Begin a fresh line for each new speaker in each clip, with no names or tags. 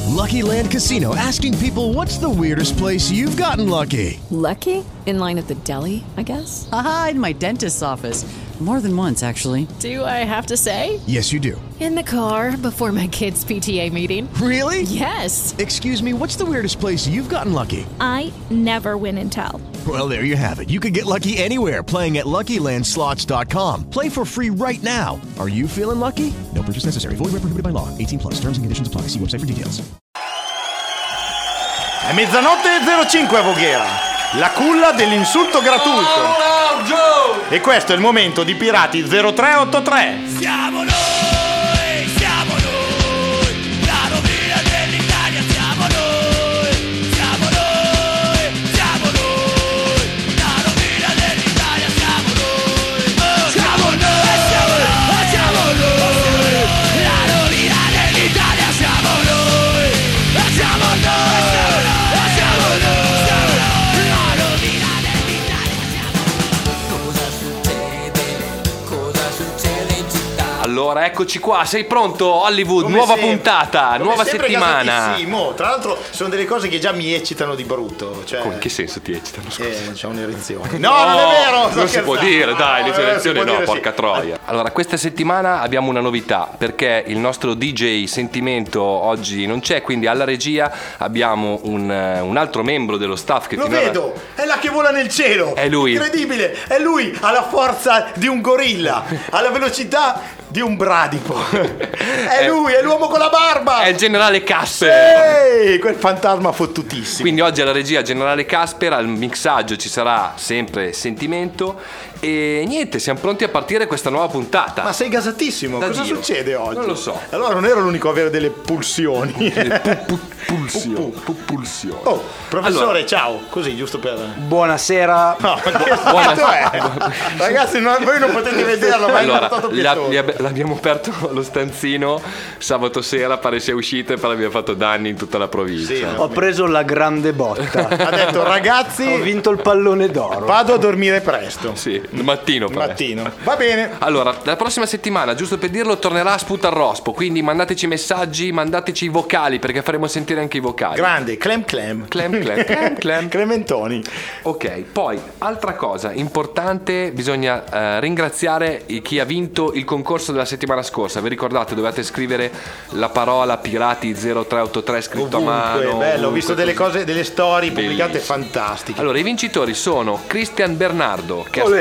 Lucky Land Casino, asking people, what's the weirdest place you've gotten lucky?
Lucky? In line at the deli, I guess?
Aha, in my dentist's office. More than once, actually.
Do I have to say?
Yes, you do.
In the car before my kids' PTA meeting.
Really?
Yes.
Excuse me, what's the weirdest place you've gotten lucky?
I never win and tell.
Well, there you have it. You can get lucky anywhere, playing at LuckyLandSlots.com. Play for free right now. Are you feeling lucky? No purchase necessary. Void where prohibited by law. 18 plus. Terms and conditions apply. See website for details.
È mezzanotte e 05 a Voghera. La culla dell'insulto gratuito. E questo è il momento di Pirati 0383.
Siamo noi, la rovina dell'Italia, siamo noi, la rovina dell'Italia, siamo noi, siamo noi, la rovina dell'Italia, siamo noi, siamo noi, la rovina dell'Italia, siamo noi. Cosa succede in città?
Allora, eccoci qua, sei pronto Hollywood?
Come
nuova
sempre.
puntata,
Come
nuova
sempre
settimana.
gasatissimo. Tra l'altro sono delle cose che già mi eccitano di brutto. Cioè,
In che senso ti eccitano? Scusa.
c'è un'erezione. No, non è vero. sto
Non si può
scherzando.
dire, dai, le
si
elezioni
può
no,
dire,
porca
sì.
troia. Allora, questa settimana abbiamo una novità, perché il nostro DJ Sentimento oggi non c'è, quindi alla regia abbiamo un altro membro dello staff che
Lo
finora...
vedo, è la che vola nel cielo.
È lui.
Incredibile, è lui, ha la forza di un gorilla, ha la velocità di un bradipo. È lui, è l'uomo con la barba.
È il generale Casper.
Ehi, quel fantasma fottutissimo.
Quindi oggi alla regia generale Casper, al mixaggio ci sarà sempre Sentimento e niente, siamo pronti a partire questa nuova puntata.
Ma sei gasatissimo,
Da
cosa
Dio.
succede oggi?
Non lo so.
Allora non ero l'unico a avere delle pulsioni.
Pulsione.
Oh, professore,
Allora.
ciao. Così, giusto per...
Buonasera.
No, ma che schifo è? Ragazzi, voi non potete vederlo, ma
Allora,
è stato pietoso.
l'abbiamo aperto lo stanzino sabato sera, pare sia uscito e pare abbia fatto danni in tutta la provincia.
Sì,
Ho preso la grande botta.
Ha detto, ragazzi,
Ho vinto il pallone d'oro.
vado a dormire presto.
Sì, mattino però.
Mattino. Va bene.
Allora, la prossima settimana, giusto per dirlo, tornerà a Sputa al Rospo, quindi mandateci messaggi, mandateci i vocali, perché faremo sentire anche i vocali.
Grande, clem.
Clem.
Clementoni.
Ok, poi altra cosa importante, bisogna ringraziare chi ha vinto il concorso della settimana scorsa. Vi ricordate, dovete scrivere la parola Pirati 0383 scritto a mano.
Bello, ho
ovunque,
visto delle
così.
cose, delle storie pubblicate
Bellissimo.
fantastiche.
Allora, i vincitori sono Cristian Bernardo, che ha
Olè.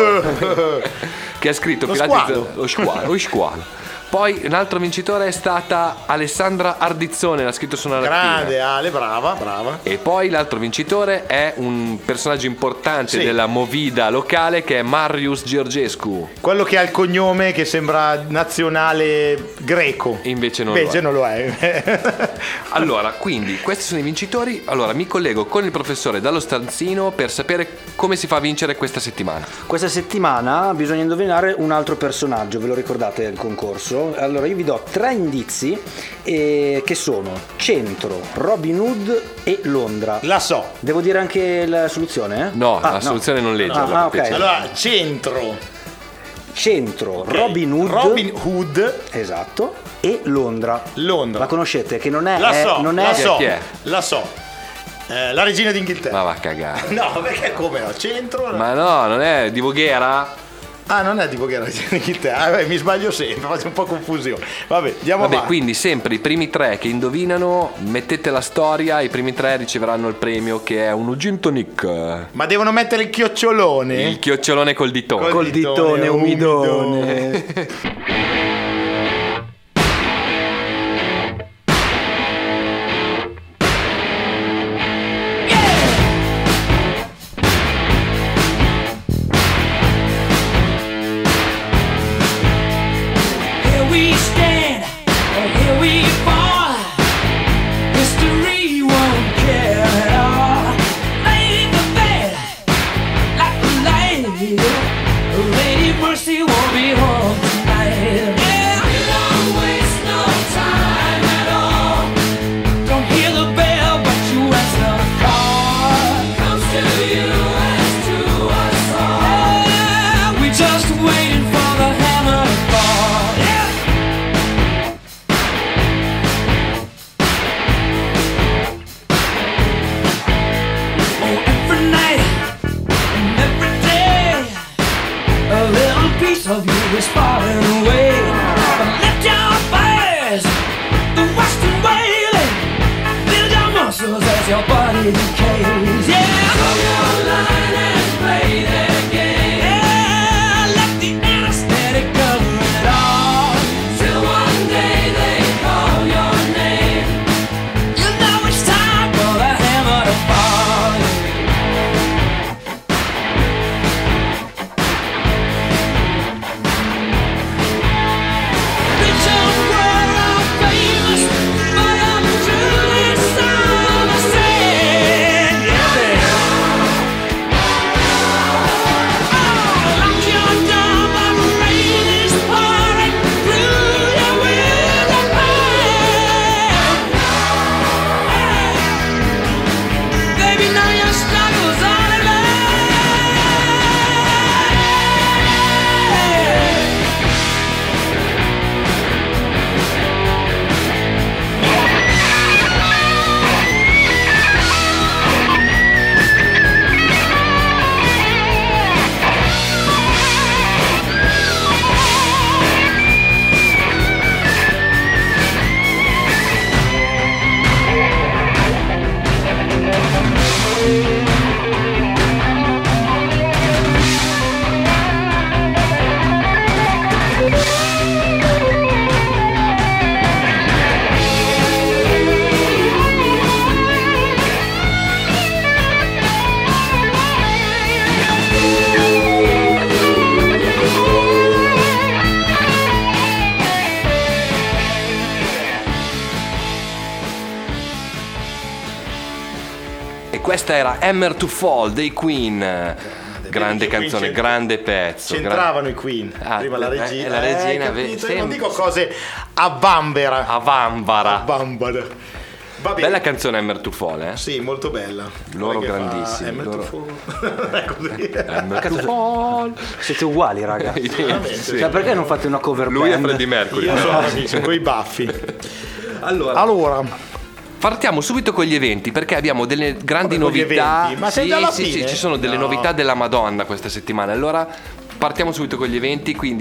scritto
Lo
Pirati
squalo.
lo squalo. Poi un altro vincitore è stata Alessandra Ardizzone, l'ha scritto su una lattina.
Grande Ale, brava.
E poi l'altro vincitore è un personaggio importante
Sì.
della movida locale, che è Marius Georgescu.
Quello che ha il cognome che sembra nazionale greco.
Invece non
Invece
lo è.
non lo è.
Allora, quindi questi sono i vincitori. Allora, mi collego con il professore dallo stanzino per sapere come si fa a vincere questa settimana.
Questa settimana bisogna indovinare un altro personaggio, ve lo ricordate del concorso? Allora io vi do 3 indizi che sono Centro, Robin Hood e Londra.
La so.
Devo dire anche la soluzione?
No, la soluzione non legge.
ok.
Allora, centro.
Centro,
Ok.
Robin Hood.
Hood.
Esatto. E Londra.
Londra.
La conoscete? Che non è...
La so,
non
la
è...
so.
Chi è?
La so. La regina d'Inghilterra.
Ma va a cagare.
No, perché come no? Centro.
Ma no, non è di Voghera?
Ah, non è tipo che era la regina d'Inghilterra. Mi sbaglio sempre, faccio un po' confusione. Vabbè, andiamo
Vabbè,
avanti.
quindi sempre i primi 3 che indovinano, mettete la storia, i primi 3 riceveranno il premio, che è un gin tonic.
Ma devono mettere il chiocciolone?
Il chiocciolone col ditone.
Col ditone umidone.
Here we stand, and here we fall. History won't care at all. Lady for bed, like a lady. Lady Mercy won't be home tonight. is falling away. But lift your fires, the western wailing. Build your muscles as your body decays. Yeah, hold your line and play their game. Yeah, let the anesthetic cover it all. Till one day they call your name. You know it's time for the hammer to fall. Bitch, I'm world famous, but I'm truly sound asleep. Oh, lock your door, but rain is pouring through your window pane. Baby, now your struggles are alone.
E questa era Hammer to Fall dei Queen. Grande
Queen
canzone, grande pezzo.
C'entravano i Queen.
Ah,
Prima la regina.
la regina,
capito?
sempre.
Non dico cose a bambera.
A Vambara.
Bambara. Va bene.
Bella canzone Hammer to Fall, eh?
Sì, molto bella.
Loro
Come che fa
grandissimi,
Hammer
loro-
to Fall. È così.
Hammer to Fall.
Siete uguali, raga.
Sì.
Cioè, perché non fate una cover
Lui è
band?
Freddie Mercury.
Io sono con i baffi.
Allora, partiamo subito con gli eventi perché abbiamo delle grandi
Come con gli
novità.
eventi? Ma sei già alla fine?
Ci sono delle
No.
novità della Madonna questa settimana. Allora partiamo subito con gli eventi, quindi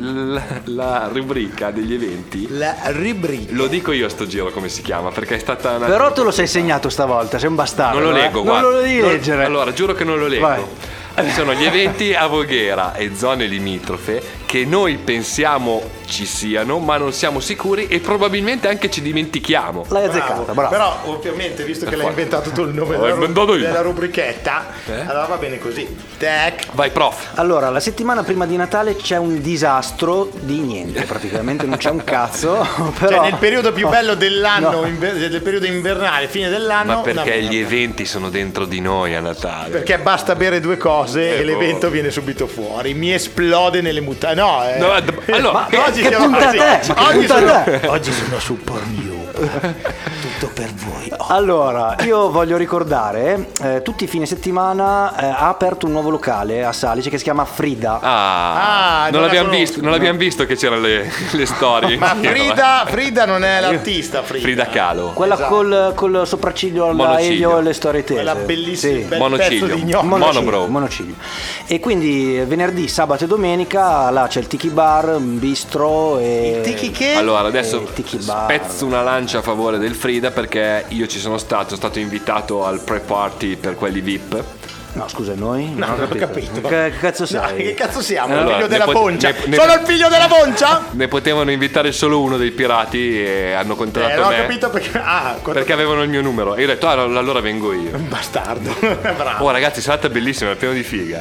la rubrica degli eventi.
La rubrica.
Lo dico io a sto giro come si chiama perché è stata una...
Però tu lo sei segnato stavolta, sei un bastardo.
Non lo leggo,
Non
guarda.
lo devi leggere.
Allora, giuro che non lo leggo.
Vai.
Ci sono gli eventi a Voghera e zone limitrofe che noi pensiamo ci siano, ma non siamo sicuri e probabilmente anche ci dimentichiamo.
L'hai azzeccata, bravo.
Però ovviamente visto che l'hai
forte.
inventato tu il nome
L'ho inventato io.
della rubrichetta, allora va bene così. Tac.
Vai, prof.
Allora, la settimana prima di Natale c'è un disastro di niente, praticamente non c'è un cazzo. Però...
Cioè nel periodo più bello dell'anno,
No.
del periodo invernale, fine dell'anno.
Ma perché
una
gli
merda.
eventi sono dentro di noi a Natale?
Perché basta bere due cose e l'evento viene subito fuori. Mi esplode nelle mutande. No,
No, allora,
oggi
che
siamo
puntata
così.
è? Ma che
Oggi
puntata
sono, oggi sono su Pornhub. Tutto per voi. Oh.
Allora, io voglio ricordare, tutti i fine settimana ha aperto un nuovo locale a Salice che si chiama Frida.
Ah,
non
non la
l'abbiamo
conosco.
visto, non l'abbiamo visto che c'erano le storie.
Ma Frida non è l'artista,
Frida Kahlo.
Quella
esatto.
col sopracciglio alla
Monociglio.
Elio e le storie tese.
Quella bellissima,
Sì.
bel pezzo
Monociglio.
di gnocchi.
Monobro.
Monociglio. E quindi venerdì, sabato e domenica là c'è il Tiki Bar, un bistro e...
Il tiki che?
Allora adesso
Tiki Bar.
spezzo una lancia a favore del Frida perché io ci sono stato invitato al pre-party per quelli VIP.
No, scusa, noi?
No, non ho capito.
Che cazzo sei?
No, che cazzo siamo?
Allora,
il figlio
ne
della
pot-
poncia?
ne-
Sono il figlio della poncia?
Ne potevano invitare solo uno dei pirati e hanno contattato
Non ho
me
capito perché.
perché avevano il mio numero. E io ho detto allora vengo io.
Bastardo. Bravo.
Oh ragazzi, serata bellissima, è pieno di figa.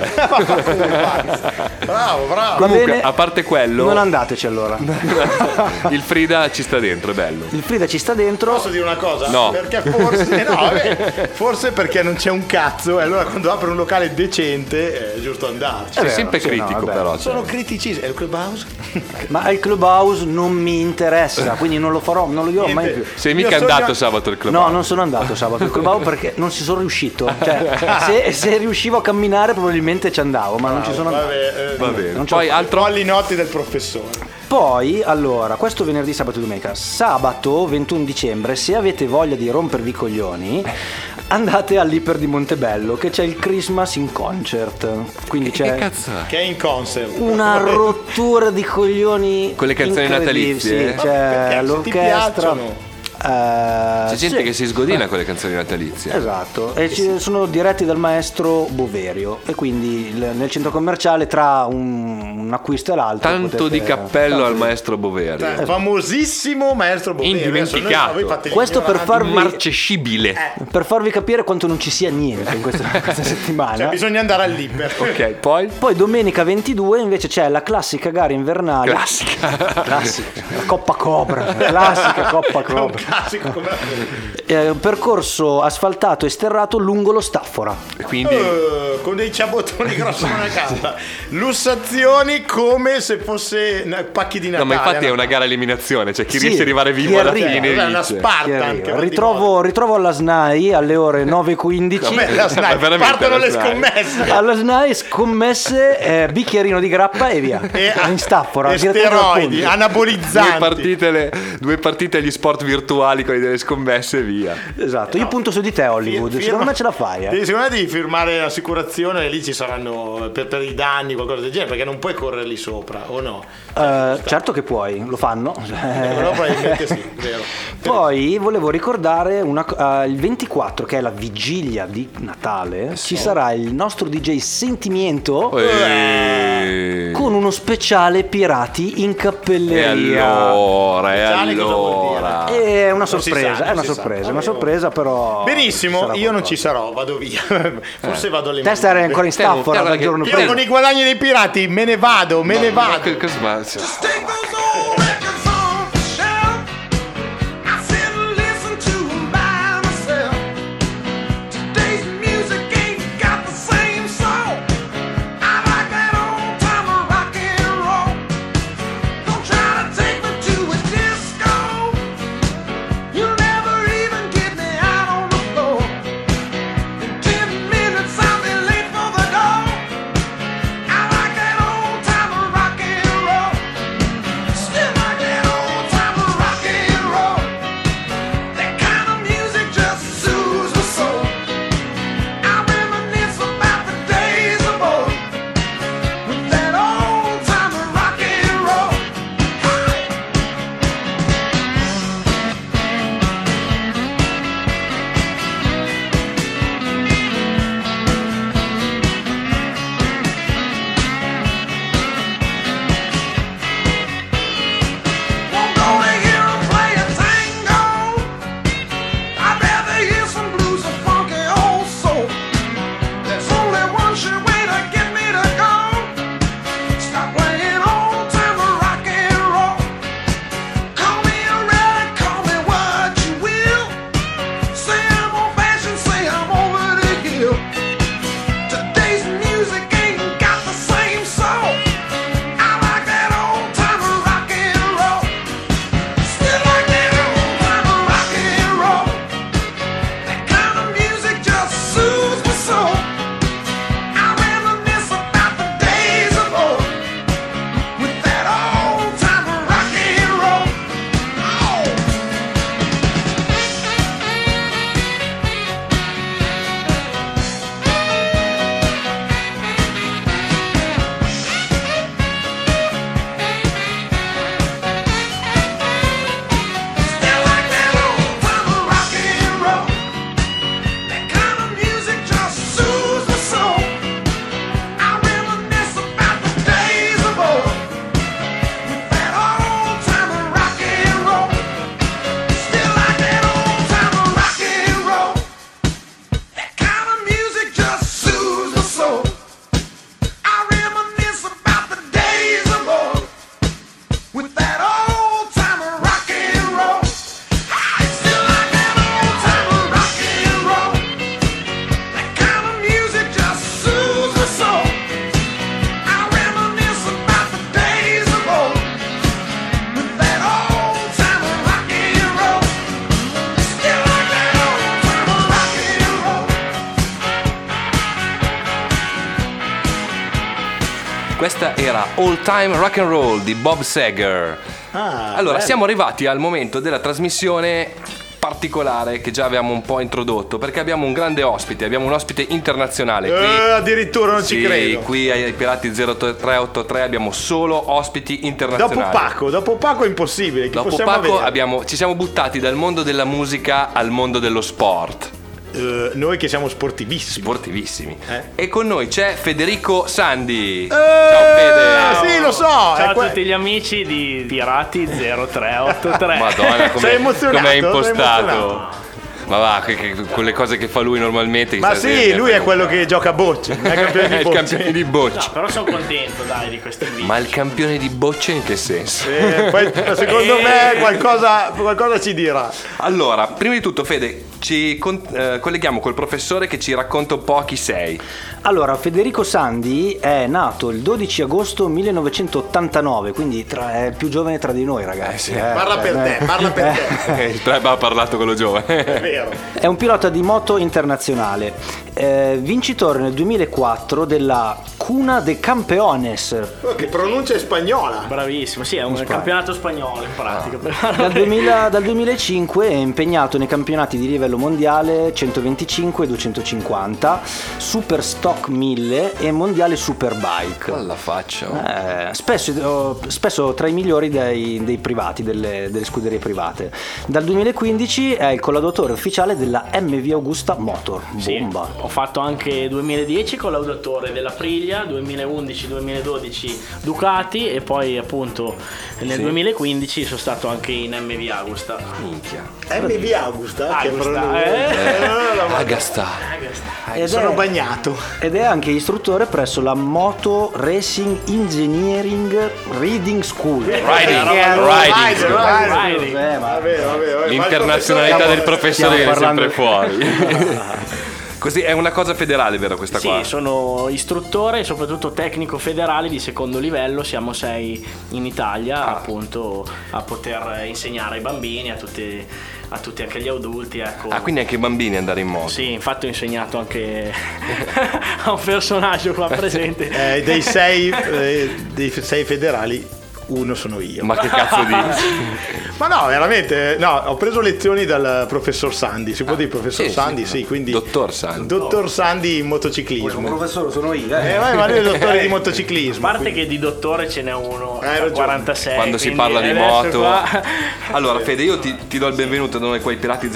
Bravo, bravo.
Comunque,
bene.
a parte quello,
Non andateci allora.
il Frida ci sta dentro, è bello.
Il Frida ci sta dentro.
Posso dire una cosa?
No.
Perché forse. No, vabbè, forse perché non c'è un cazzo. E allora quando apre un locale decente è giusto andarci.
Sei
vero,
sempre
sì,
critico,
no, vabbè.
però.
Sono criticissimi. È il clubhouse?
Ma il Clubhouse non mi interessa, quindi non lo farò, non lo dirò mai più.
Sei
Mio
mica
sogno-
andato sabato al club?
No, non sono andato sabato al Clubhouse perché non ci sono riuscito. Cioè, se riuscivo a camminare probabilmente ci andavo, ma non ci sono andato.
Vabbè,
Va bene. Non
Poi altro
Molli notti del professore.
Poi, allora, questo venerdì, sabato e domenica. Sabato 21 dicembre, se avete voglia di rompervi i coglioni, andate all'Iper di Montebello, che c'è il Christmas in concert. Quindi c'è
Che cazzo è?
Che è in concert.
una rottura di coglioni
Con le canzoni
incredibili.
natalizie?
Sì, c'è
Perché se ti
l'orchestra.
piacciono.
C'è gente
sì.
che si sgodina con le canzoni natalizie.
Esatto, e sono diretti dal maestro Boverio, e quindi nel centro commerciale tra un acquisto e l'altro
Tanto di cappello
tanto
al
di-
maestro Boverio.
Famosissimo maestro Boverio.
Indimenticato.
Adesso voi fate
Questo per farvi,
Immarcescibile.
per farvi capire quanto non ci sia niente in questa settimana.
Cioè, bisogna andare all'Iper.
Ok, poi?
Poi domenica 22 invece c'è la classica gara invernale.
Classica.
Classica, la Coppa Cobra, la classica Coppa
È un
Cobra.
classico come la
Percorso asfaltato e sterrato lungo lo Staffora.
Quindi
con dei ciabottoni grossi come una casa. Lussazioni come se fosse pacchi di
no,
Natale.
ma infatti è una gara a eliminazione, cioè chi
Sì,
riesce ad arrivare
chi
vivo alla
arriva.
fine
È una
vince.
Chi
Spartan.
arriva?
Che va di moda.
Ritrovo alla SNAI alle ore 9:15.
Come la SNAI?
Veramente
Partono
la
le
SNAI.
scommesse.
Alla SNAI scommesse, bicchierino di grappa e via. In Staffora,
e
direttamente al
steroidi,
punto.
anabolizzanti.
Due partite agli sport virtuali, quelli delle scommesse e via.
Esatto, io punto su di te, Hollywood.
Firma-
Secondo me ce la fai,
Secondo me devi firmare l'assicurazione e lì ci saranno per i danni, qualcosa del genere, perché non puoi correre lì sopra, o no?
Certo che puoi, lo fanno.
Però probabilmente sì, vero.
Poi volevo ricordare il 24, che è la vigilia di Natale, ci sarà il nostro DJ Sentimento con uno speciale pirati in
E
cappelleria.
allora,
Speciale cosa vuol
allora.
È una
Non si
sorpresa,
sa,
è una
non si sa.
sorpresa, è una sorpresa, però.
Benissimo,
sarà
io non
qualcosa.
ci sarò, vado via. Forse vado alle
Te starai ancora in
Te non-
Staffora
te
dal
che-
giorno
Io
prima.
con i guadagni dei pirati me ne vado.
Ma- Questa era All Time Rock and Roll di Bob Seger. Allora, siamo arrivati al momento della trasmissione particolare che già abbiamo un po' introdotto, perché abbiamo un grande ospite, abbiamo un ospite internazionale qui.
Addirittura non ci credo.
Qui ai Pirati 0383 abbiamo solo ospiti internazionali.
Dopo Paco è impossibile.
Dopo Paco ci siamo buttati dal mondo della musica al mondo dello sport.
Noi che siamo sportivissimi.
E con noi c'è Federico Sandi.
Ciao Fede. Sì, lo so.
Ciao a tutti gli amici di Pirati 0383.
Madonna,
sei emozionato?
Com'è impostato.
Sei emozionato.
Ma va, quelle cose che fa lui normalmente.
Ma sì, lui è quello che gioca a bocce. È il campione di bocce.
No, però sono contento, dai, di questo invito.
Ma il campione di bocce in che senso?
Poi, secondo me qualcosa ci dirà.
Allora, prima di tutto, Fede, ci colleghiamo col professore che ci racconta un po' chi sei.
Allora, Federico Sandi è nato il 12 agosto 1989, quindi è il più giovane tra di noi, ragazzi.
Parla per te.
Il club ha parlato quello giovane.
È vero.
È un pilota di moto internazionale, vincitore nel 2004 della Cuna de Campeones.
Che pronuncia è spagnola.
Bravissimo, sì, è un campionato spagnolo in pratica.
Dal 2005 è impegnato nei campionati di livello mondiale 125 e 250, Super Stock 1000 e Mondiale Superbike.
Alla faccia.
Spesso tra i migliori dei privati, delle scuderie private. Dal 2015 è il collaudatore ufficiale della MV Agusta Motor. Bomba.
Ho fatto anche 2010 collaudatore dell'Aprilia, 2011-2012 Ducati e poi appunto nel 2015 sono stato anche in MV Agusta.
Minchia.
MV Agusta?
Agasta.
Sono bagnato.
Ed è anche istruttore presso la Moto Racing Engineering Riding School.
Riding.
Vabbè.
L'internazionalità del professore viene sempre fuori. Così è una cosa federale, vero questa qua?
Sì, sono istruttore e soprattutto tecnico federale di secondo livello, siamo 6 in Italia appunto a poter insegnare ai bambini, a tutti anche agli adulti, ecco.
Quindi anche i bambini andare in moto?
Sì, infatti ho insegnato anche a un personaggio qua presente.
Dei 6 federali uno sono io.
Ma che cazzo dici?
Ma no, veramente, no, ho preso lezioni dal professor Sandi. Si può dire professor Sandi? Sì, quindi
Dottor Sandi.
Dottor Sandi in motociclismo.
Un professore sono io.
Ma lui è dottore di motociclismo.
A parte che di dottore ce n'è uno a 46.
Quando si parla di moto. Allora Fede, io ti do il benvenuto da noi qua ai Pirati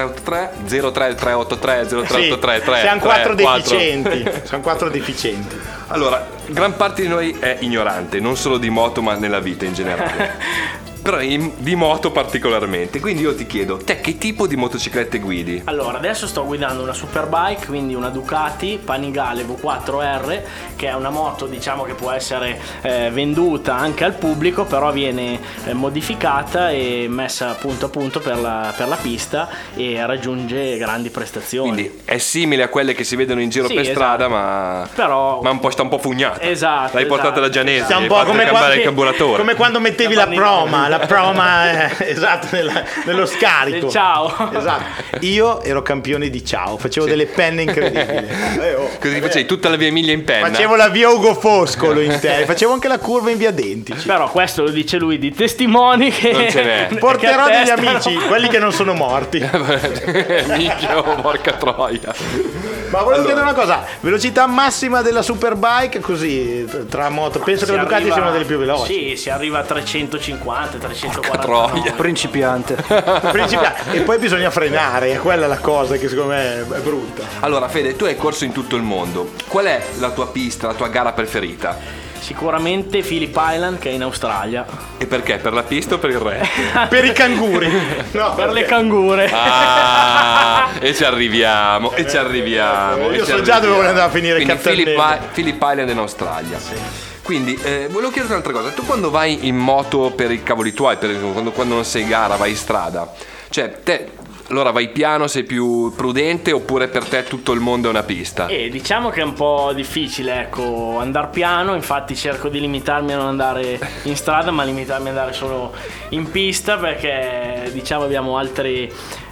0383.
Siamo 4 deficienti. Siamo 4 deficienti.
Allora, gran parte di noi è ignorante, non solo di moto ma nella vita in generale. Però di moto particolarmente. Quindi io ti chiedo, te che tipo di motociclette guidi?
Allora, adesso sto guidando una Superbike, quindi una Ducati Panigale V4R, che è una moto diciamo che può essere venduta anche al pubblico, però viene modificata e messa punto a punto per la pista e raggiunge grandi prestazioni.
Quindi è simile a quelle che si vedono in giro per strada, ma sta un po' fugnata.
Esatto.
L'hai portata da Gianese,
sta un po' come
il carburatore.
Come quando mettevi la proma esatto, nello scarico.
Ciao.
Esatto. Io ero campione di ciao, facevo delle penne incredibili.
Così facevi tutta la via Emilia in penna.
Facevo la via Ugo Foscolo in te, facevo anche la curva in via Dentici.
Però questo lo dice lui di testimoni che
non ce n'è.
Porterò degli amici, quelli che non sono morti.
Minchia, porca troia.
Ma volevo chiedere una cosa, velocità massima della Superbike così tra moto, penso che le Ducati siano delle più veloci.
Sì, si arriva a 350, 340.
Troia.
Principiante.
E poi bisogna frenare, è quella la cosa che secondo me è brutta.
Allora Fede, tu hai corso in tutto il mondo. Qual è la tua pista, la tua gara preferita?
Sicuramente Phillip Island, che è in Australia.
E perché? Per la pista o per il resto?
Per i canguri. No,
per le cangure.
E ci arriviamo.
Io so già dove vuole andare a finire il cartellino.
Phillip Island in Australia. Sì. Quindi volevo chiedere un'altra cosa. Tu quando vai in moto per i cavoli tuoi, quando non sei in gara, vai in strada, cioè te allora vai piano, sei più prudente, oppure per te tutto il mondo è una pista?
Diciamo che è un po' difficile, ecco, andare piano, infatti cerco di limitarmi a non andare in strada, ma limitarmi ad andare solo in pista, perché diciamo abbiamo altri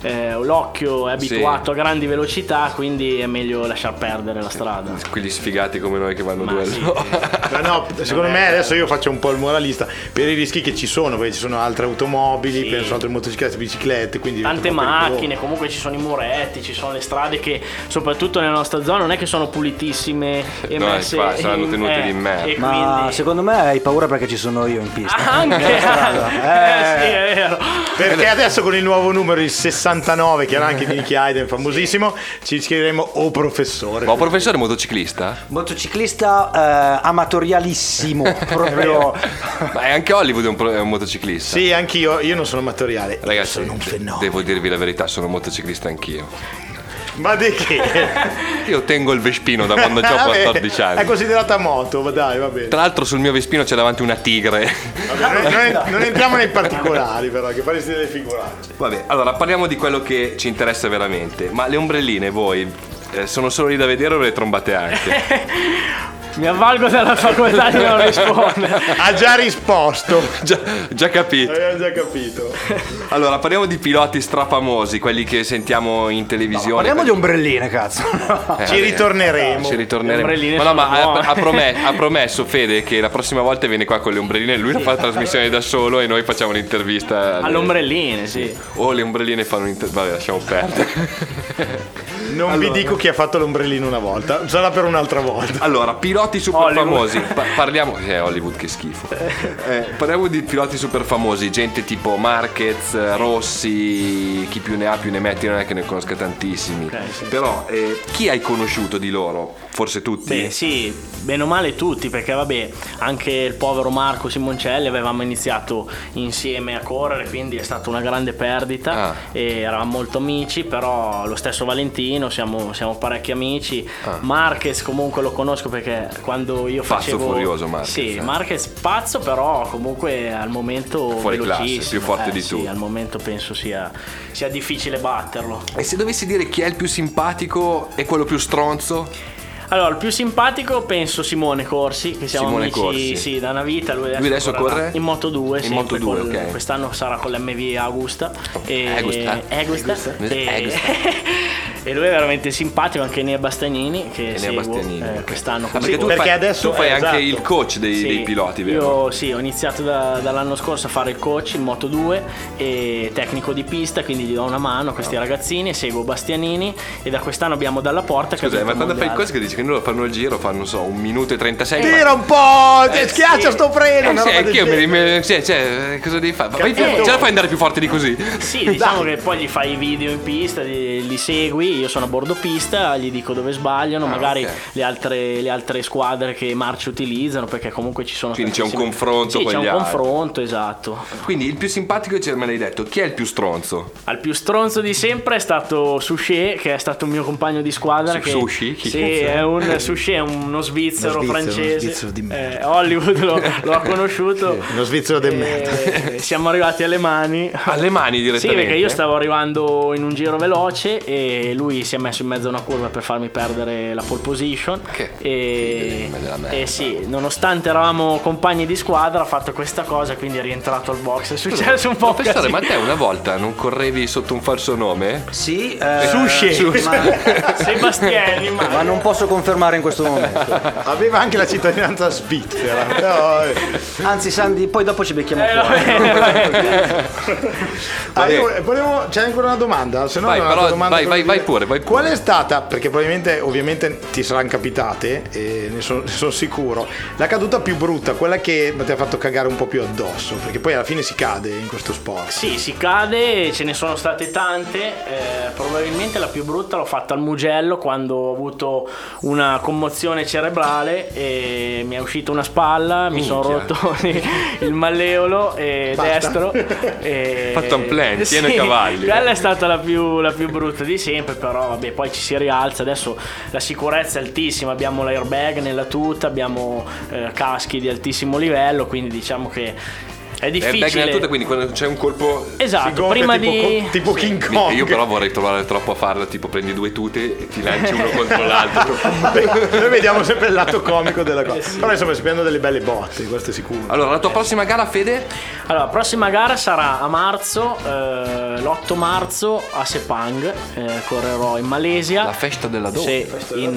l'occhio è abituato a grandi velocità, quindi è meglio lasciar perdere la strada.
Quegli sfigati come noi che vanno
Ma
due.
sì.
No, secondo me adesso io faccio un po' il moralista per i rischi che ci sono, perché ci sono altre automobili,
Sì.
penso altre motociclette, biciclette, quindi
Tante
diventa un po'
macchine, comunque ci sono i muretti, ci sono le strade che soprattutto nella nostra zona non è che sono pulitissime e
No,
messe
infatti, saranno tenute di merda.
e
Ma
quindi
secondo me hai paura perché ci sono io in pista.
anche sì, è vero.
Perché adesso con il nuovo numero, il 69, che era anche di Nicky Hayden, famosissimo, ci scriveremo "O professore".
Ma un professore motociclista?
Motociclista amatorialissimo, proprio.
Ma è anche Hollywood è un motociclista.
Sì, anch'io, io non sono amatoriale.
Ragazzi,
sono un fenomeno.
devo dirvi la verità, sono motociclista anch'io.
Ma di che?
Io tengo il Vespino da quando ho 14 anni.
È considerata moto, ma dai, va bene.
Tra l'altro sul mio Vespino c'è davanti una tigre.
Vabbè, non entriamo nei particolari, però, che faresti delle figuracce.
Vabbè, allora parliamo di quello che ci interessa veramente. Ma le ombrelline voi sono solo lì da vedere o le trombate anche?
Mi avvalgo della facoltà di non rispondere.
Ha già risposto.
Già capito.
Abbiamo già capito.
Allora, parliamo di piloti strafamosi, quelli che sentiamo in televisione.
Parliamo di ombrelline, cazzo.
Ci ritorneremo.
Ci ritorneremo.
Le ombrelline
Ma no, ma
sono buone.
ha promesso Fede che la prossima volta viene qua con le ombrelline. Lui fa la trasmissione da solo e noi facciamo l'intervista
Alle ombrelline, sì.
O le ombrelline fanno un'intervista. Vabbè, lasciamo perdere.
Non vi dico chi ha fatto l'ombrellino una volta, sarà per un'altra volta.
Allora, piloti super
Hollywood.
famosi. Parliamo. Hollywood, che schifo. Parliamo di piloti super famosi, gente tipo Marquez, Rossi, chi più ne ha più ne metti, non è che ne conosca tantissimi.
Ok, sì.
Però, chi hai conosciuto di loro? Forse tutti?
Beh, sì, bene o male tutti, perché vabbè, anche il povero Marco Simoncelli avevamo iniziato insieme a correre, quindi è stata una grande perdita e eravamo molto amici, però lo stesso Valentino, siamo parecchi amici. Marquez comunque lo conosco perché quando io
Pazzo
facevo...
furioso Marquez.
Sì, Marquez pazzo, però comunque al momento
Fuori classe,
velocissimo.
più forte di
sì,
tutti.
al momento penso sia difficile batterlo.
E se dovessi dire chi è il più simpatico e quello più stronzo?
Allora, il più simpatico penso Simone Corsi, che siamo
Simone
amici
Corsi.
Sì, da una vita. Lui
adesso corre?
in Moto 2.
In Moto 2, ok.
Quest'anno sarà con l'MV Augusta.
Augusta.
E lui è veramente simpatico, anche Nea Bastianini, che
Nea
seguo
Bastianini, ok.
quest'anno.
Perché
come
tu
perché
fai,
adesso-
tu fai anche
esatto.
il coach dei piloti, vero?
Io sì, ho iniziato dall'anno scorso a fare il coach in Moto 2 e tecnico di pista, quindi gli do una mano a questi ragazzini e seguo Bastianini, e da quest'anno abbiamo Dalla Porta che
Scusa,
ha
ma
vinto
quando fai il
mondiale.
coach che dici che loro fanno il giro, fanno non so, 1 minuto e 36.
Tira un po', schiaccia sto freno. una
Sì,
roba del
anch'io
genere.
cosa devi fare?
Capito.
Ce la fai andare più forte di così?
Sì, diciamo che poi gli fai i video in pista, li segui, io sono a bordo pista, gli dico dove sbagliano, magari
ok.
le altre squadre che marce utilizzano, perché comunque ci sono
Quindi c'è un
tantissimi-
confronto
sì,
con
c'è
gli
un
altri.
confronto, esatto.
Quindi il più simpatico me l'hai detto. Chi è il più stronzo?
Al più stronzo di sempre è stato Souchet, che è stato un mio compagno di squadra.
Sushi? Chi
Sì,
cazzo è?
è un Souchet, è uno svizzero francese.
svizzero di merda.
Hollywood lo ha conosciuto.
Uno svizzero del merda.
Siamo arrivati alle mani.
Alle mani
Sì,
direttamente?
perché io stavo arrivando in un giro veloce e lui si è messo in mezzo a una curva per farmi perdere la pole position.
Che
E,
figlio della merda.
e sì, nonostante eravamo compagni di squadra, ha fatto questa cosa, quindi è rientrato al box. È successo un po'.
Professore,
casino.
ma te una volta non correvi sotto un falso nome?
Sì,
Sebastiani,
ma non posso confermare in questo momento.
Aveva anche la cittadinanza svizzera. No,
Anzi, Sandy, poi dopo ci becchiamo fuori.
c'è ancora una domanda. Se no
Vai,
non ho
però,
un'altra domanda
vai
per dire.
pure.
Qual è stata, perché probabilmente ovviamente ti saranno capitate, e ne sono sicuro, la caduta più brutta, quella che ti ha fatto cagare un po' più addosso? Perché poi alla fine si cade in questo sport.
Sì, si cade, ce ne sono state tante. Probabilmente la più brutta l'ho fatta al Mugello, quando ho avuto una commozione cerebrale e mi è uscita una spalla, mi sono rotto il malleolo destro.
Fatto un plan, pieno i cavalli.
Quella è stata la più brutta di sempre, però vabbè, poi ci si rialza. Adesso la sicurezza è altissima, abbiamo l'airbag nella tuta, abbiamo caschi di altissimo livello, quindi diciamo che è difficile.
Airbag nella tuta, quindi quando c'è un colpo
Esatto, prima
tipo King Kong.
Io però vorrei trovare troppo a farla, tipo prendi 2 tute e ti lanci uno contro l'altro.
Noi vediamo sempre il lato comico della cosa. Però insomma si prendono delle belle botte, questo è sicuro.
Allora, la tua prossima gara, Fede?
Allora, la prossima gara sarà a marzo, l'8 marzo a Sepang, correrò in Malesia.
La festa della donna.
Sì,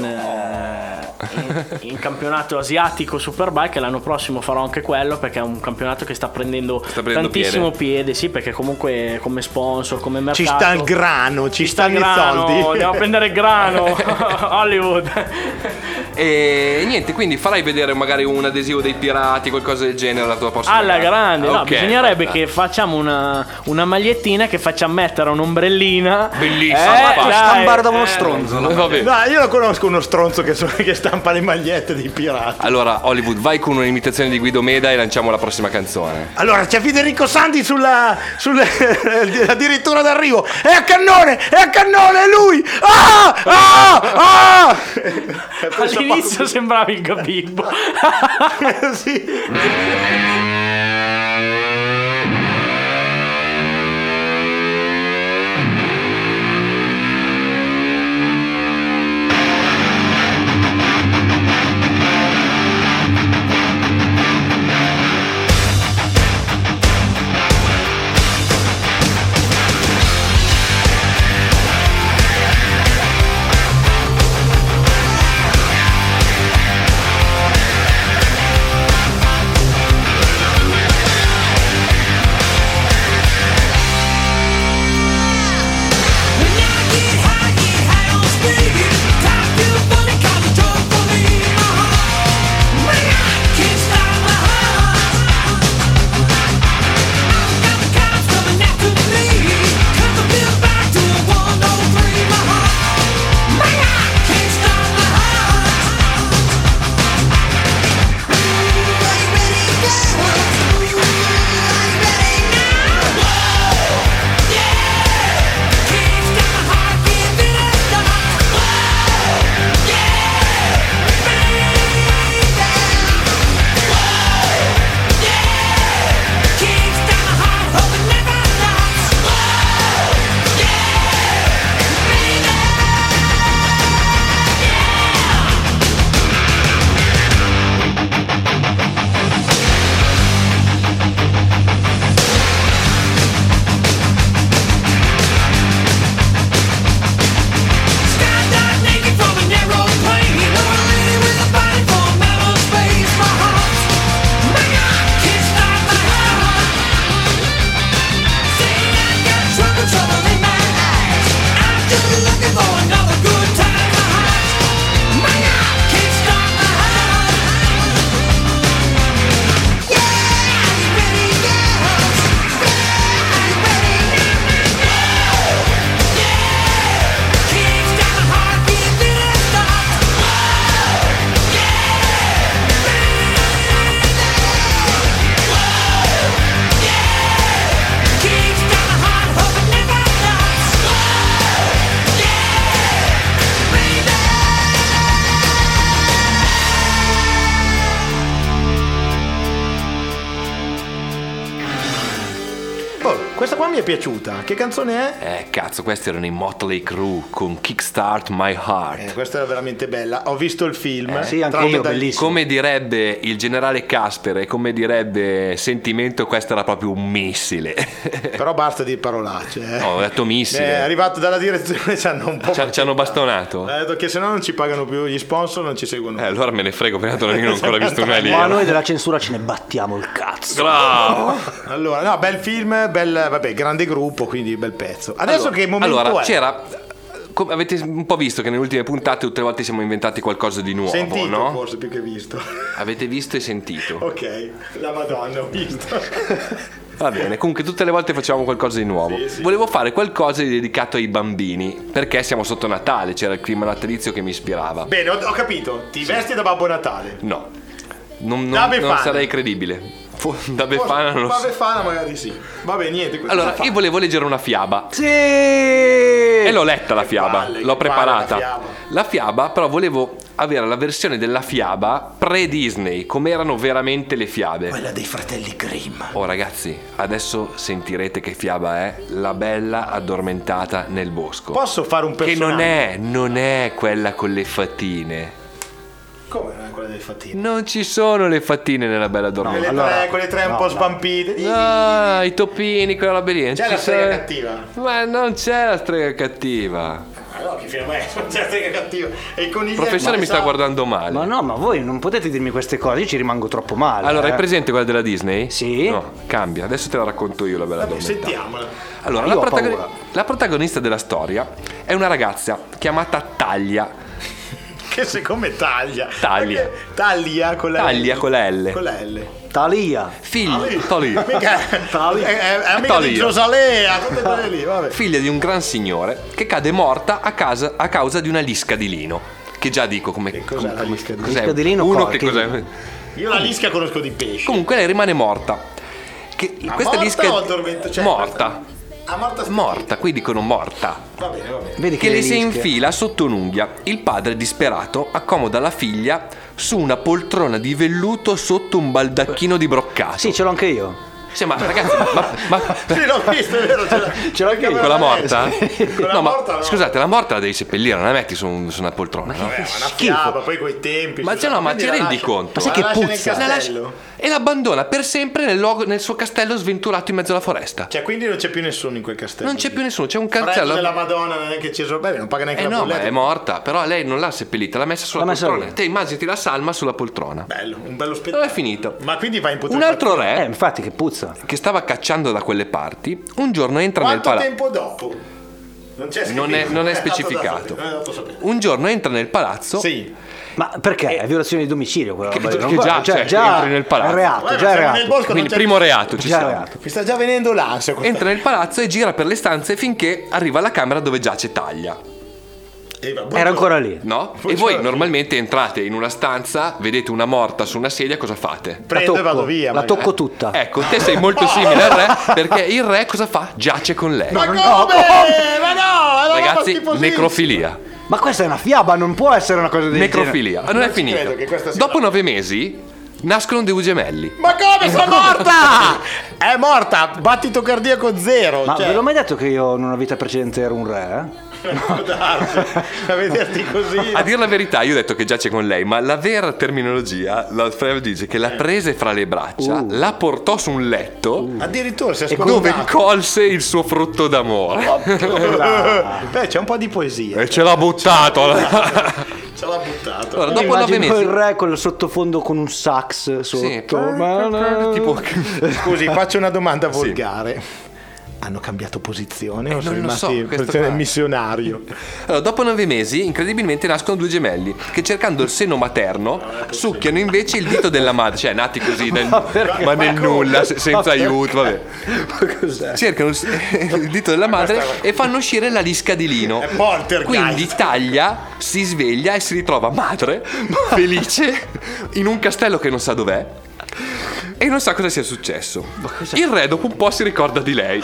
in campionato asiatico Superbike. L'anno prossimo farò anche quello, perché è un campionato che sta prendendo tantissimo piede. Sì, perché comunque come sponsor, come mercato
ci sta il grano, ci stanno i soldi.
Andiamo a prendere il grano. Hollywood.
E niente, quindi farai vedere magari un adesivo dei pirati, qualcosa del genere alla tua prossima
alla
gara.
grande. No,
Ok,
bisognerebbe
guarda.
che facciamo una magliettina che faccia mettere un'ombrellina
Bellissima,
Stampare da uno stronzo.
Vabbè.
No, io lo conosco uno stronzo che stampa le magliette dei pirati.
Allora, Hollywood, vai con un'imitazione di Guido Meda e lanciamo la prossima canzone.
Allora c'è Federico Santi addirittura d'arrivo. È a cannone, è lui.
All'inizio sembravi il Gabibbo.
Sì. Questa qua mi è piaciuta. Che canzone è?
Cazzo, questi erano i Motley Crue con Kickstart My Heart.
Questa era veramente bella. Ho visto il film.
Sì, anche io, bellissimo.
Come direbbe il generale Casper e come direbbe Sentimento, questo era proprio un missile.
Però basta di parolacce.
No, ho detto missile.
È arrivato dalla direzione, ci hanno un po'.
Ci hanno bastonato.
Ha detto che se no non ci pagano più gli sponsor, non ci seguono.
Allora me ne frego, perché non ho ancora visto una lì.
Ma noi della censura ce ne battiamo il cazzo.
Bravo.
Allora, no, bel film, vabbè, grande gruppo, quindi bel pezzo. Adesso che momento
allora,
è?
c'era. Avete un po' visto che nelle ultime puntate tutte le volte siamo inventati qualcosa di nuovo,
Sentito,
no?
forse più che visto.
Avete visto e sentito.
Ok, la Madonna, ho visto.
Va bene, comunque tutte le volte facciamo qualcosa di nuovo.
Sì.
Volevo fare qualcosa di dedicato ai bambini, perché siamo sotto Natale, c'era il clima natalizio che mi ispirava.
Bene, ho capito. Ti vesti da Babbo Natale?
No, non
Befana.
sarei credibile. Da Befana non lo so.
Da Befana magari sì. Vabbè, niente.
Allora, io volevo leggere una fiaba.
Sì!
E l'ho letta la fiaba,
palle,
l'ho
che
preparata.
palle
La fiaba, però volevo avere la versione della fiaba pre-Disney, come erano veramente le fiabe.
Quella dei fratelli Grimm.
Oh ragazzi, adesso sentirete che fiaba è La bella addormentata nel bosco.
Posso fare un
Che
personaggio?
non è quella con le fattine.
Come non è quella dei fattini?
Non ci sono le fattine nella bella addormentata.
Quelle tre un po' svampite.
No, i topini, quella roba lì.
C'è la strega cattiva.
Ma non c'è la strega cattiva.
No, che film è? Non c'è la strega cattiva. E i conigli.
Il professore mi sta guardando male.
Ma no, ma voi non potete dirmi queste cose, io ci rimango troppo male.
Allora, hai presente quella della Disney?
Sì.
No, cambia. Adesso te la racconto io, la bella addormentata.
Sentiamola.
Allora,
Io ho paura.
la protagonista della storia è una ragazza chiamata Taglia.
Che siccome taglia.
Taglia.
Perché taglia con la
Taglia con la L.
Con la L.
Talia.
Taglia.
È amica di
Taglia.
Giosalea, tutte quelle lì, vabbè.
Figlia di un gran signore che cade morta a causa di una lisca di lino. Che già dico come.
Che cos'è la lisca di lino?
Cos'è?
Lisca di lino
Uno
co-
che
che-
cos'è?
Io la lisca conosco di pesci.
Comunque lei rimane morta.
Ma
Questa
morta
lisca
o addormentata? Cioè,
morta.
Ah, morta.
Morta, qui dicono morta.
Va bene, va bene.
Vedi
Che le si
lische-
infila sotto un'unghia. Il padre, disperato, accomoda la figlia su una poltrona di velluto sotto un baldacchino di broccato.
Sì, ce l'ho anche io.
Sì, ma ragazzi, ma
Sì, l'ho visto, è vero.
Ce l'ho anche io.
con la morta?
Con la
No, ma
morta no.
scusate, la morta la devi seppellire, non la metti su una poltrona, no?
Vabbè, ma una fiaba, poi coi tempi.
Ma
scusa,
no, ma
quindi
ti
la
rendi
lascia-
conto?
Ma sai che
la lascia
puzza?
nel
La
castello?
lascia- e l'abbandona per sempre nel suo castello sventurato in mezzo alla foresta.
Cioè, quindi non c'è più nessuno in quel castello.
Non c'è più nessuno, c'è un
Freddo
cancello.
della Madonna non è che ci sono. Beh, non paga neanche la
No, ma
bolletta.
è morta, però lei non l'ha seppellita, l'ha messa sulla
L'ha messa
poltrona.
lì.
Te immaginati la salma sulla poltrona.
Bello, un bello
Dove
spettacolo.
è finito?
Ma quindi va in
Un altro re
Infatti che puzza.
che stava cacciando da quelle parti, un giorno entra nel
Quanto
palazzo.
tempo dopo? Non c'è
Non è
dato
specificato.
Non è dato sapere.
Un giorno entra nel palazzo.
Sì.
Ma perché? È violazione di domicilio quella roba lì?
che
Non va-
già-
cioè,
cioè, entri nel palazzo.
È reato,
Guarda,
già è
siamo nel
reato.
bosco, non
Quindi
c'è-
primo reato ci
Già è
siamo.
reato.
Mi sta già venendo l'ansia.
Entra nel palazzo e gira per le stanze finché arriva alla camera dove giace Taglia.
Era ancora lì.
No? E
Buongiorno.
voi normalmente entrate in una stanza, vedete una morta su una sedia, cosa fate?
Prendo e vado via.
La
magari.
tocco tutta.
Ecco, te sei molto simile al re perché il re cosa fa? Giace con lei.
Ma come? Ma no! È una roba
Ragazzi,
schifosissima.
necrofilia.
Ma questa è una fiaba, non può essere una cosa del
Necrofilia. Non è
ci
finita.
credo che questa sia
Dopo
la-
9 mesi nascono dei gemelli.
Ma come? Sono morta! È morta! Battito cardiaco zero.
Ma
cioè,
ve l'ho mai detto che io in una vita precedente ero un re?
può darsi. A vederti così.
A dire la verità, io ho detto che giace con lei, ma la vera terminologia, la Freud dice che la prese fra le braccia, la portò su un letto
Addirittura si è
dove
scordato.
colse il suo frutto d'amore.
Beh, c'è un po' di poesia.
E ce l'ha buttato.
Ce l'ha buttato.
Allora,
Io
dopo 9
immagino
mesi.
il re con il sottofondo con un sax sotto.
Sì,
Ma-
tipo
Scusi, faccio una domanda volgare. Hanno cambiato posizione o sono
non lo so,
rimasti in
questo
posizione
qua.
missionario?
Allora, dopo 9 mesi, incredibilmente nascono 2 gemelli che, cercando il seno materno, succhiano invece il dito della madre, cioè nati così, ma nel nulla, senza aiuto. Vabbè.
Ma cos'è?
Cercano il dito della madre e fanno uscire la lisca di lino.
È poltergeist.
Quindi Taglia si sveglia e si ritrova madre, felice, in un castello che non sa dov'è. E non sa cosa sia successo. Il re dopo un po' si ricorda di lei.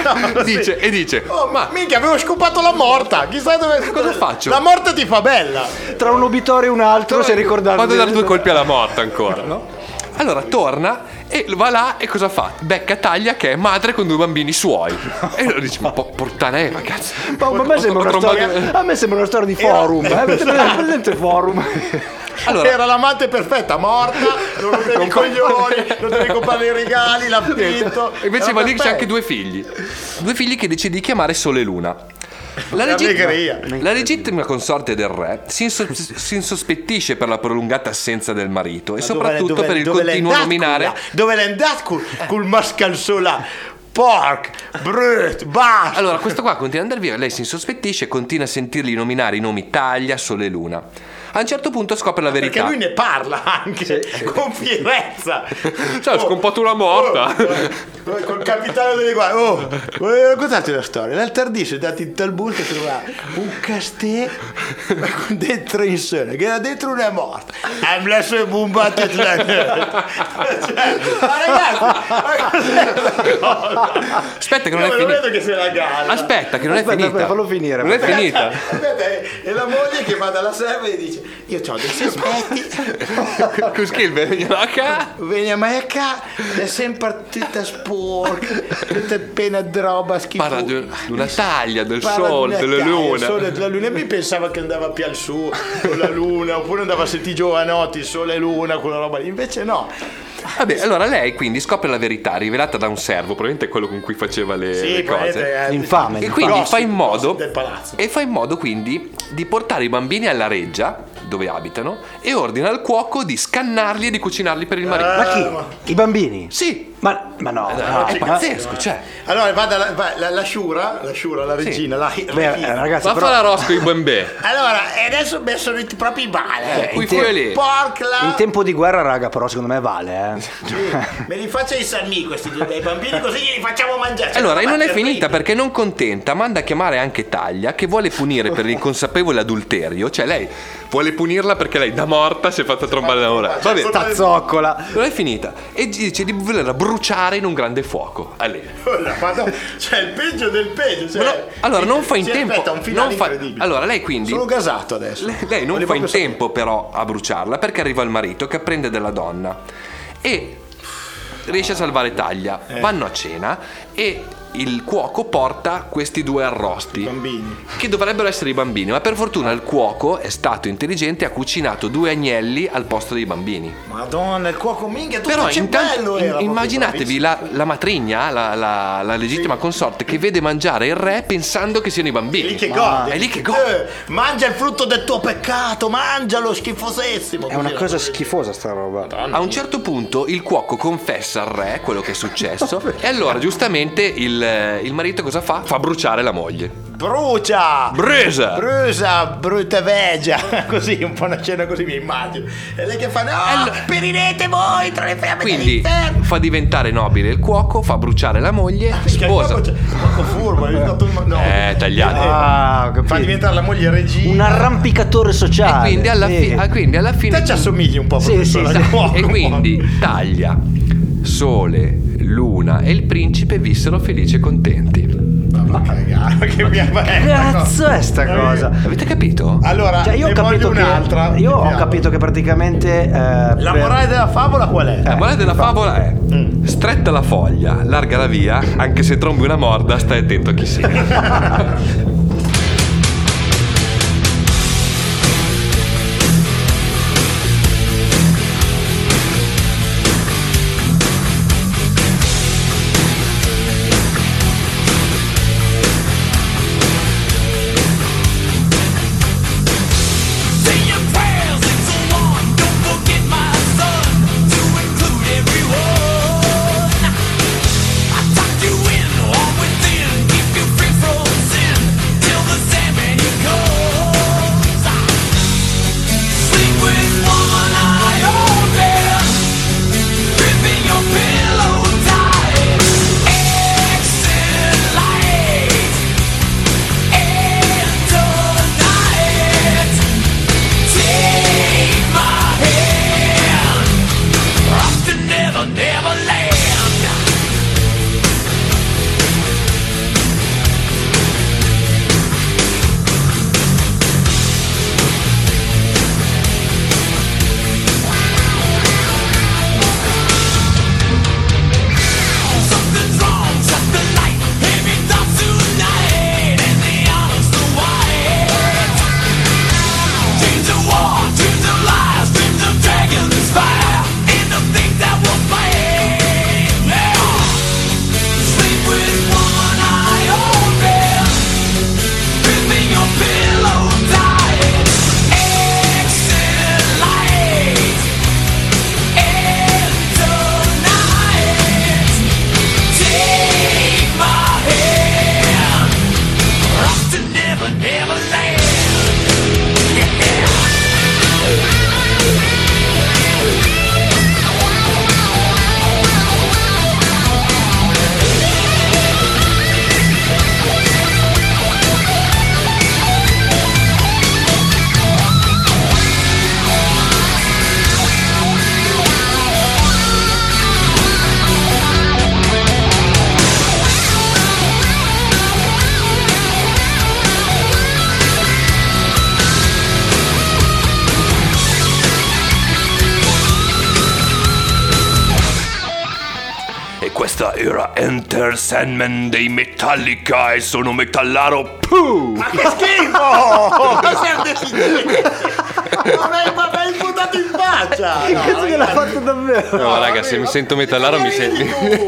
dice
Oh, ma minchia, avevo scopato la morta. Chissà dove.
Cosa faccio?
La morta ti fa bella.
Tra un obitorio e un altro si è ricordato.
Vado a dare 2 colpi alla morta ancora, no? Allora torna e va là e cosa fa? Becca Taglia che è madre con 2 bambini suoi. E lo dice, ma puttana ragazzi.
Ma a me sembra una storia. A me sembra una storia di forum. Presente forum.
Allora,
Era l'amante perfetta, morta, non rompevi i coglioni, non devi comprare i regali, l'affitto.
e invece
Era
va lì che c'è anche
perfetto.
2 figli. 2 figli che decide di chiamare Sole e Luna. La
Allegria.
legittima consorte del re si insospettisce per la prolungata assenza del marito e soprattutto per il continuo nominare.
Dove l'è andato col mascalzola? Pork, brut, basta.
Allora, questo qua continua ad andare via, lei si insospettisce e continua a sentirli nominare i nomi Taglia, Sole e Luna. A un certo punto scopre la verità.
Perché lui ne parla anche con fierezza.
Cioè, ho scompato una morta.
Col capitano delle guardie. Raccontate la storia. L'altardì dati in tal bus che trovava un castello con dentro in sole, che era dentro una morta. E me la sue bombate. Ma ragazzi,
Aspetta che non è
io
finita.
vedo che sei la gara.
Aspetta che non è finita.
Fallo finire.
Non è finita.
Aspetta, è la moglie che va dalla serva e dice: io ho detto smetti.
Così vengono a casa.
Vieni a me qua, è sempre tutta sporca, tutta piena di roba schifosa.
Parla di una taglia del sole, della luna.
Il sole della luna. E mi pensava che andava più al su con la luna, oppure andava a sentire Giovanotti, sole e luna, quella roba lì. Invece no.
Vabbè, allora lei quindi scopre la verità rivelata da un servo, probabilmente quello con cui faceva le cose.
Infame.
E quindi fa in modo
del palazzo.
e fa in modo quindi di portare i bambini alla reggia dove abitano e ordina al cuoco di scannarli e di cucinarli per il marito.
Ma chi? I bambini?
Sì.
Ma no,
È pazzesco, cioè.
Allora va la Shura, la regina,
ragazzi,
Ma
però
fa la rosca i bambè.
Allora, e adesso mi sono proprio male.
Qui fuori lì.
Porcla.
in tempo di guerra, raga, però secondo me vale,
Sì, me li faccia i salmi questi due bei bambini, così glieli facciamo mangiare.
Allora, e non è
terribile.
finita perché non contenta, manda a chiamare anche Taglia che vuole punire per l'inconsapevole adulterio. Cioè lei vuole punirla perché lei da morta si è fatta trombare da ora. Vabbè,
Tazzoccola.
non è finita. E dice di volerla bruciare in un grande fuoco. A lei.
Cioè il peggio del peggio. Cioè,
No, allora non fa in
si
tempo.
aspetta un finale
non fa-
incredibile.
allora lei quindi.
Sono gasato adesso.
Lei non
Volevo
fa in
proprio
tempo però a bruciarla perché arriva il marito che apprende della donna e riesce a salvare Taglia. Vanno a cena e il cuoco porta questi due arrosti
bambini.
che dovrebbero essere i bambini, ma per fortuna il cuoco è stato intelligente e ha cucinato 2 agnelli al posto dei bambini.
Madonna, il cuoco minchia, tutto
Però
bello era.
immaginatevi la matrigna, la legittima consorte che vede mangiare il re pensando che siano i bambini.
È lì che gode.
È lì che gode.
Mangia il frutto del tuo peccato, mangialo, schifosissimo.
È una cosa schifosa sta roba.
A un certo punto il cuoco confessa al re quello che è successo e allora giustamente il marito cosa fa? Fa bruciare la moglie.
Brucia!
Brucia!
Brutta veggia. Così, un po' una scena così mi immagino. E lei che fa, no, perirete voi tra le fiamme
Quindi
dell'inferno.
fa diventare nobile il cuoco, fa bruciare la moglie, sposa.
Il cuoco furbo, no.
Tagliato.
Ah, ho capito.
Fa diventare la moglie regina.
Un arrampicatore sociale.
E quindi alla fine
Te ci assomigli un po'
Sì,
professore,
sì,
al cuoco,
e
un po'.
quindi Taglia, Sole, Luna e il principe vissero felici e contenti.
Ma che mia
Cazzo è sta cosa?
Avete capito?
Allora,
Cioè, io ho
ne
capito
voglio un'altra.
che io ho
Vediamo.
capito che praticamente
La morale della favola qual è?
La morale della favola è stretta la foglia, larga la via, anche se trombi una morda, stai attento a chi sei. Questa era Enter Sandman dei Metallica e sono metallaro. Puh!
Ma che schifo! Ma sei un deficiente! Ma mi hai buttato in faccia!
Cazzo che l'ha fatto davvero?
No, raga, se mi sento metallaro mi sento.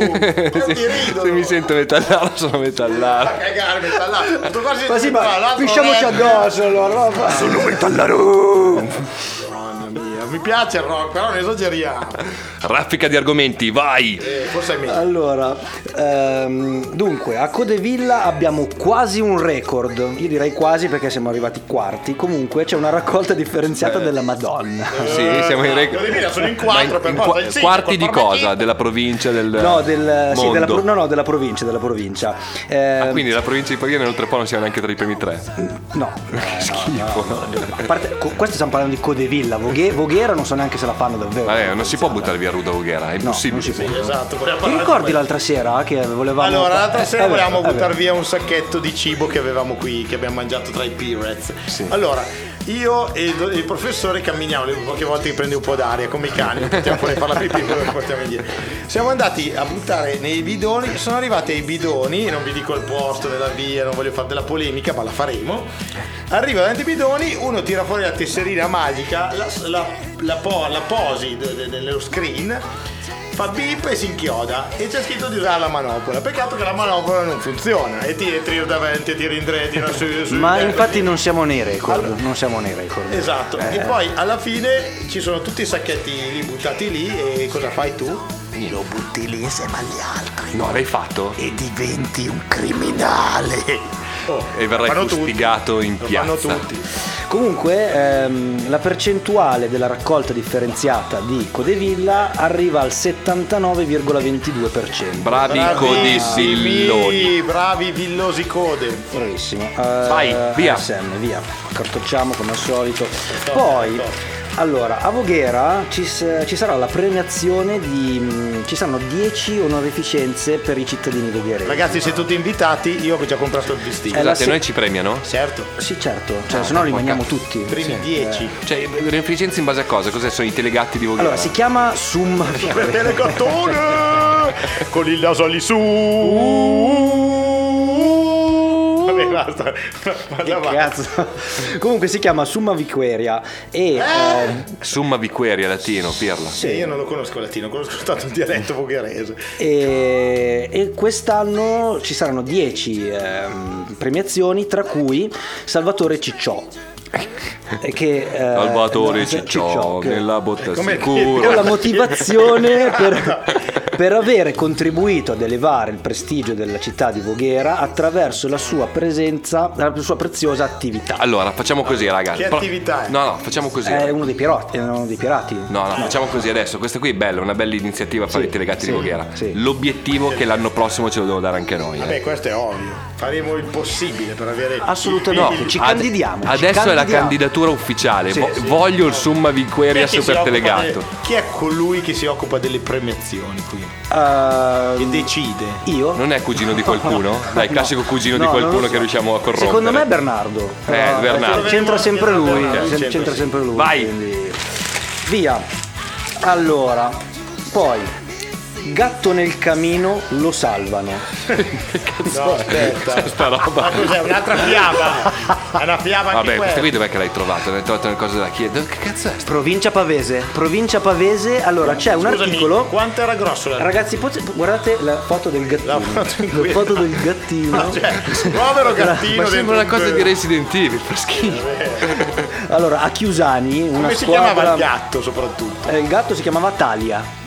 Se mi sento metallaro sono metallaro.
A cagare metallaro. Tutto quasi
Ma sì, ma
l'altro
pisciamoci
vecchio.
addosso allora. va.
Sono metallaro.
Mamma mia, mi piace il rock, però ne esageriamo.
Raffica di argomenti, vai.
Forse è meglio.
Allora, dunque, a Codevilla abbiamo quasi un record. Io direi quasi perché siamo arrivati quarti. Comunque c'è una raccolta differenziata della Madonna.
Sì, siamo in record.
Sono in 4 per forza. Il
Quarti di cosa? Della provincia del
No, sì,
mondo?
della provincia.
Ah, quindi la provincia di Pavia oltrepo non siamo neanche tra i primi 3.
No.
Schifo.
A parte, questo stiamo parlando di Codevilla. Voghera non so neanche se la fanno davvero.
Vabbè, non si può buttare via Ruda Voghera, è impossibile.
non si può.
Esatto, vogliamo
Ti
parlare
ricordi
di
l'altra sera che volevamo
Allora, l'altra sera volevamo
vero.
buttare via un sacchetto di cibo che avevamo qui, che abbiamo mangiato tra i Pirates. Allora, io e il professore camminiamo, qualche volta che prende un po' d'aria, come i cani, non potevamo pure fare la pipì, poi lo portiamo indietro. Siamo andati a buttare nei bidoni, sono arrivati ai bidoni, non vi dico il posto della via, non voglio fare della polemica, ma la faremo. Arriva davanti ai bidoni, uno tira fuori la tesserina magica, la posi dello screen, fa beep e si inchioda e c'è scritto di usare la manopola. Peccato che la manopola non funziona e tiri davanti, tiri indietro, tira su.
Ma infatti non siamo nei record. Allora, non siamo nei record.
Esatto. E poi alla fine ci sono tutti i sacchetti lì buttati lì e cosa fai tu? Lo butti lì insieme agli altri.
No, l'hai fatto?
E diventi un criminale.
E verrai fustigato in piazza.
Lo fanno tutti.
Comunque la percentuale della raccolta differenziata di Codevilla arriva al 79,22%.
Bravi codevilloni.
Bravi villosi code.
Bravissimo.
Vai, via.
Via. Cartocciamo come al solito. Poi allora, a Voghera ci sarà la premiazione ci saranno 10 onorificenze per i cittadini vogheresi.
Ragazzi, siete tutti invitati, io ho già comprato il vestito.
Scusate, noi ci premiano?
Certo.
Sì, certo, cioè se no li mangiamo tutti.
Primi 10.
Cioè, onorificenze in base a cosa? Cos'è? Sono i telegatti di Voghera?
Allora, si chiama Summa
Per telegattone con il naso lì su. Vabbè, basta.
Che cazzo. Comunque si chiama Summa Viqueria e
Summa Viqueria latino, Pirla.
Sì, io non lo conosco latino, conosco soltanto il dialetto vogherese.
E quest'anno ci saranno 10 premiazioni, tra cui Salvatore Cicciò.
Salvatore Cicciò nella botta sicura.
Con la motivazione per avere contribuito ad elevare il prestigio della città di Voghera attraverso la sua presenza, la sua preziosa attività.
Allora, facciamo così, ragazzi.
Che attività è?
No, facciamo così.
È uno dei pirati.
No, facciamo così adesso. Questa qui è bella, una bella iniziativa a fare i telegatti di Voghera.
Sì.
L'obiettivo è che l'anno prossimo ce lo devo dare anche noi.
Vabbè, questo è ovvio. Faremo il possibile per avere
Assolutamente, ci candidiamo.
Adesso è la candidatura ufficiale.
Sì.
Voglio il Summa Viqueria super telegatto.
Chi è colui che si occupa delle premiazioni qui? Che decide?
Io?
Non è cugino di qualcuno? Dai, classico cugino di
No, non
qualcuno
lo so.
che riusciamo a corrompere.
Secondo me è Bernardo.
Bernardo.
C'entra sempre lui.
Ok,
C'entra sempre lui.
Vai.
Quindi. Via. Allora, poi gatto nel camino lo salvano.
No, aspetta.
Sta roba.
Ma cos'è? Un'altra fiaba? È una fiaba anche
Vabbè, questa
questa.
qui dov'è che l'hai trovata? L'hai trovata nelle cose della chiesa? Che cazzo è?
Provincia Pavese. Allora, c'è un
Scusami,
articolo.
quanto era grosso la
Ragazzi, guardate la foto del gattino. La foto del gattino.
Ma cioè, povero gattino.
Ma sembra
dentro
una
un
cosa
quello.
di Resident Evil, fa schifo.
Allora, a Chiusani, una
Come si
squadra.
chiamava il gatto soprattutto?
Il gatto si chiamava Talia.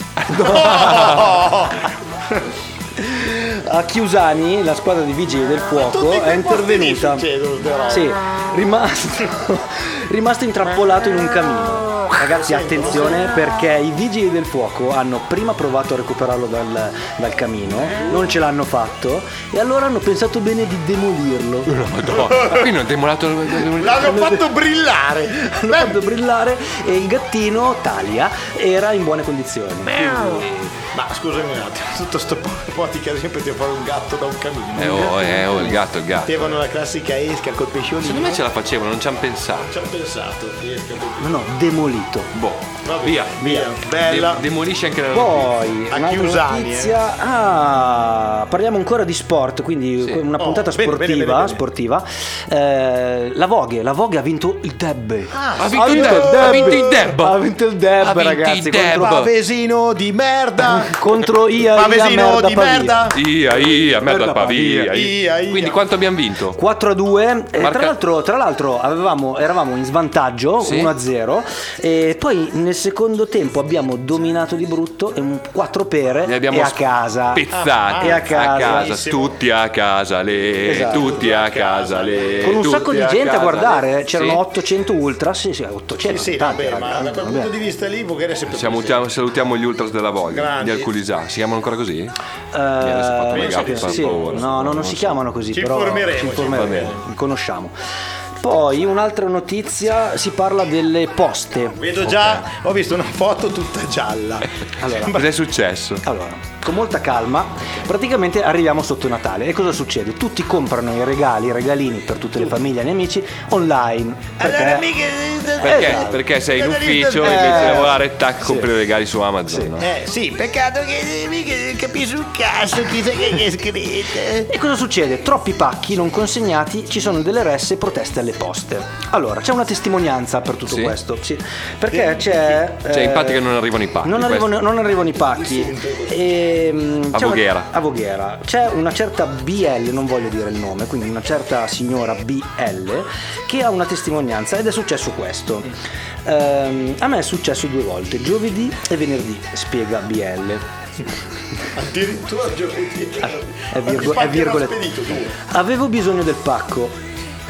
A Chiusani la squadra di vigili del fuoco è intervenuta. Sì, rimasto intrappolato in un camino. Ragazzi, attenzione, perché i vigili del fuoco hanno prima provato a recuperarlo dal camino, non ce l'hanno fatto e allora hanno pensato bene di demolirlo.
Madonna. Qui non demolato.
L'hanno fatto brillare.
Hanno fatto brillare e il gattino Talia era in buone condizioni.
Ma scusami un attimo, tutto sto potica sempre ti fare un gatto da un camino.
Il gatto.
Mettevano la classica esca col pesciolino.
Secondo me ce la facevano, non ci hanno pensato.
Ci hanno pensato, esca col
No, demolito.
Boh. Via.
Bella.
Demolisce anche la notizia.
Poi
A
un'altra
Chiusani,
notizia. Parliamo ancora di sport, quindi
Sì.
una puntata
bene, bene.
sportiva. La Vogue ha vinto il Derby.
Ha vinto il Deb. Ha vinto il Deb.
Ha vinto il Derby,
Ha vinto
ragazzi,
il Deb.
Pavesino di merda.
contro Ia
Pavesino
merda
di
Pavia.
merda.
Ia, merda
Merda
Pavia.
Pavia.
Ia.
Quindi quanto abbiamo vinto?
4-2.
Marca-
Tra l'altro eravamo in svantaggio,
Sì.
1-0, e poi nel secondo tempo abbiamo dominato di brutto e un 4 pere
Ne abbiamo
e a casa.
spezzati.
E a casa.
Benissimo.
Tutti a casa,
Esatto.
tutti a casa,
Con un
tutti
sacco di gente a
casa,
guardare, c'erano
Sì.
800 ultra, sì, 800.
Sì,
tanti,
vabbè, ma
ragazzi,
da quel
vabbè.
punto di vista lì Voghera è sempre presente.
Salutiamo gli ultras della Voglia
Grandi.
di Alculisà. Si chiamano ancora così?
Adesso
ho fatto una
penso che
gaffa,
sì.
per favore.
No, non si
so.
chiamano così,
Ci
però
informeremo,
li conosciamo. Poi un'altra notizia, si parla delle poste.
Vedo già, ho visto una foto tutta gialla.
Cos'è successo?
Allora, con molta calma, praticamente arriviamo sotto Natale e cosa succede? Tutti comprano i regalini per tutte le famiglie e gli amici online.
Allora,
Perché?
Perché?
Esatto.
Perché sei in
Cosa
ufficio
dite?
invece di lavorare, tac,
Sì.
compri i regali su Amazon. No?
Sì, peccato che mica capisci un cazzo chissà che è scritto.
E cosa succede? Troppi pacchi non consegnati, ci sono delle resse proteste alle poste. Allora, c'è una testimonianza per tutto
Sì?
questo, sì. Perché c'è...
Cioè, in pratica non arrivano i pacchi.
Non arrivano i pacchi.
A Voghera.
A Voghera. C'è una certa BL, non voglio dire il nome, quindi una certa signora BL che ha una testimonianza ed è successo questo. A me è successo 2 volte, giovedì e venerdì, spiega BL.
Addirittura giovedì.
È virgolette. Avevo bisogno del pacco.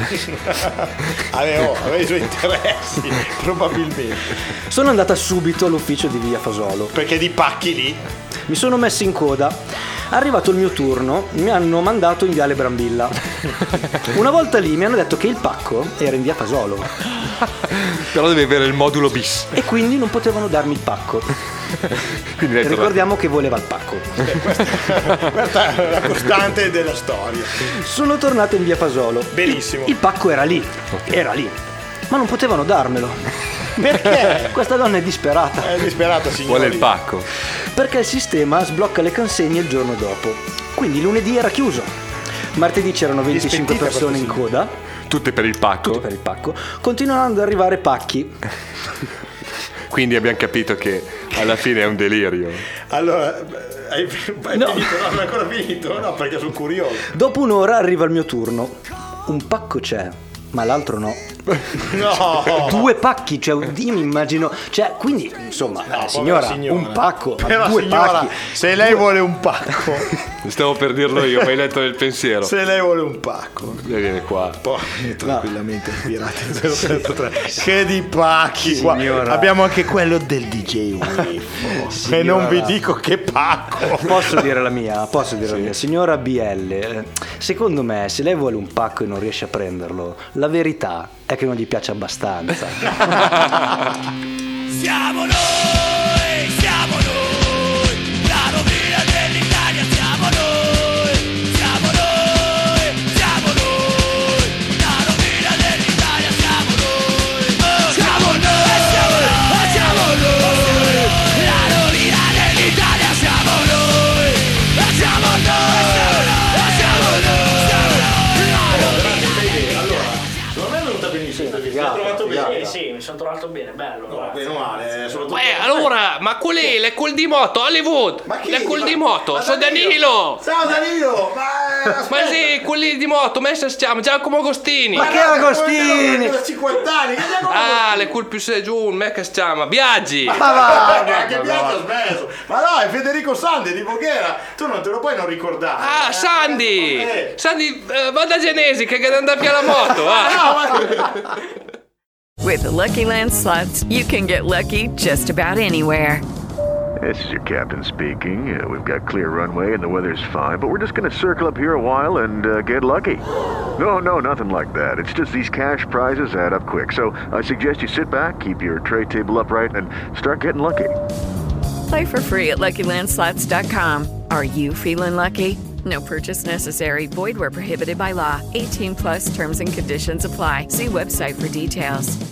Aveva i suoi interessi, probabilmente.
Sono andata subito all'ufficio di Via Fasolo.
Perché di pacchi lì.
Mi sono messo in coda. Arrivato il mio turno, mi hanno mandato in Viale Brambilla. Una volta lì mi hanno detto che il pacco era in Via Fasolo
Però devi avere il modulo bis.
e quindi non potevano darmi il pacco.
Quindi hai detto,
Ricordiamo che voleva il pacco.
Questa è la costante della storia.
Sono tornato in Via Fasolo.
Benissimo.
Il pacco era lì, ma non potevano darmelo.
Perché?
Questa donna è disperata.
È disperata, signore.
vuole il pacco.
Perché il sistema sblocca le consegne il giorno dopo. Quindi lunedì era chiuso. Martedì c'erano 25
Rispettita
persone in
questa
coda.
Tutte per il pacco.
Tutti per il pacco. Continuano ad arrivare pacchi.
Quindi abbiamo capito che alla fine è un delirio.
Allora, hai finito? No, non è ancora finito? No, perché sono curioso.
Dopo un'ora arriva il mio turno. Un pacco c'è, ma l'altro no.
No.
2 pacchi, cioè io mi immagino, cioè quindi insomma, signora, un pacco, ma
Però
2
signora,
pacchi.
se lei vuole un pacco,
Stavo per dirlo io, ma hai letto nel pensiero.
se lei vuole un pacco,
Vieni qua.
poi tranquillamente pirati 033. Che di pacchi qua.
Signora.
Abbiamo anche quello del DJ Wiffo. E non vi dico che pacco.
Posso dire la mia? Signora BL, secondo me se lei vuole un pacco e non riesce a prenderlo, la verità è che non gli piace abbastanza.
Siamo noi, la rovina dell'Italia, siamo noi, la rovina dell'Italia, siamo noi, siamo noi, la rovina dell'Italia, siamo noi,
Non è venuta benissimo. Mi ha trovato bene.
Sì, mi sono trovato bene, bello.
No, bene o male, soprattutto.
Allora, ma qual è? Le col di moto, Hollywood.
Ma chi?
Le col di
Ma-
moto,
ma
sono Danilo.
Ciao Danilo!
Ma sì, quelli di moto, me se stiamo, Giacomo Agostini.
Ma che Agostini?
Da 50 anni, che Giacomo
Ah, le col più se giù, me che stiamo, Biaggi.
Ma va, che pianto ha smesso. Ma no, è Federico Sandi di Voghera. Tu non te lo puoi non ricordare.
Ah, Sandy!
Eh.
Sandy, vada a Genesi che deve andare via la moto, ah.
No, ma...
With the Lucky Land Slots, you can get lucky just about anywhere.
This is your captain speaking. We've got clear runway and the weather's fine, but we're just going to circle up here a while and get lucky. No, nothing like that. It's just these cash prizes add up quick. So I suggest you sit back, keep your tray table upright, and start getting lucky.
Play for free at LuckyLandSlots.com. Are you feeling lucky? No purchase necessary. Void where prohibited by law. 18+ terms and conditions apply. See website for details.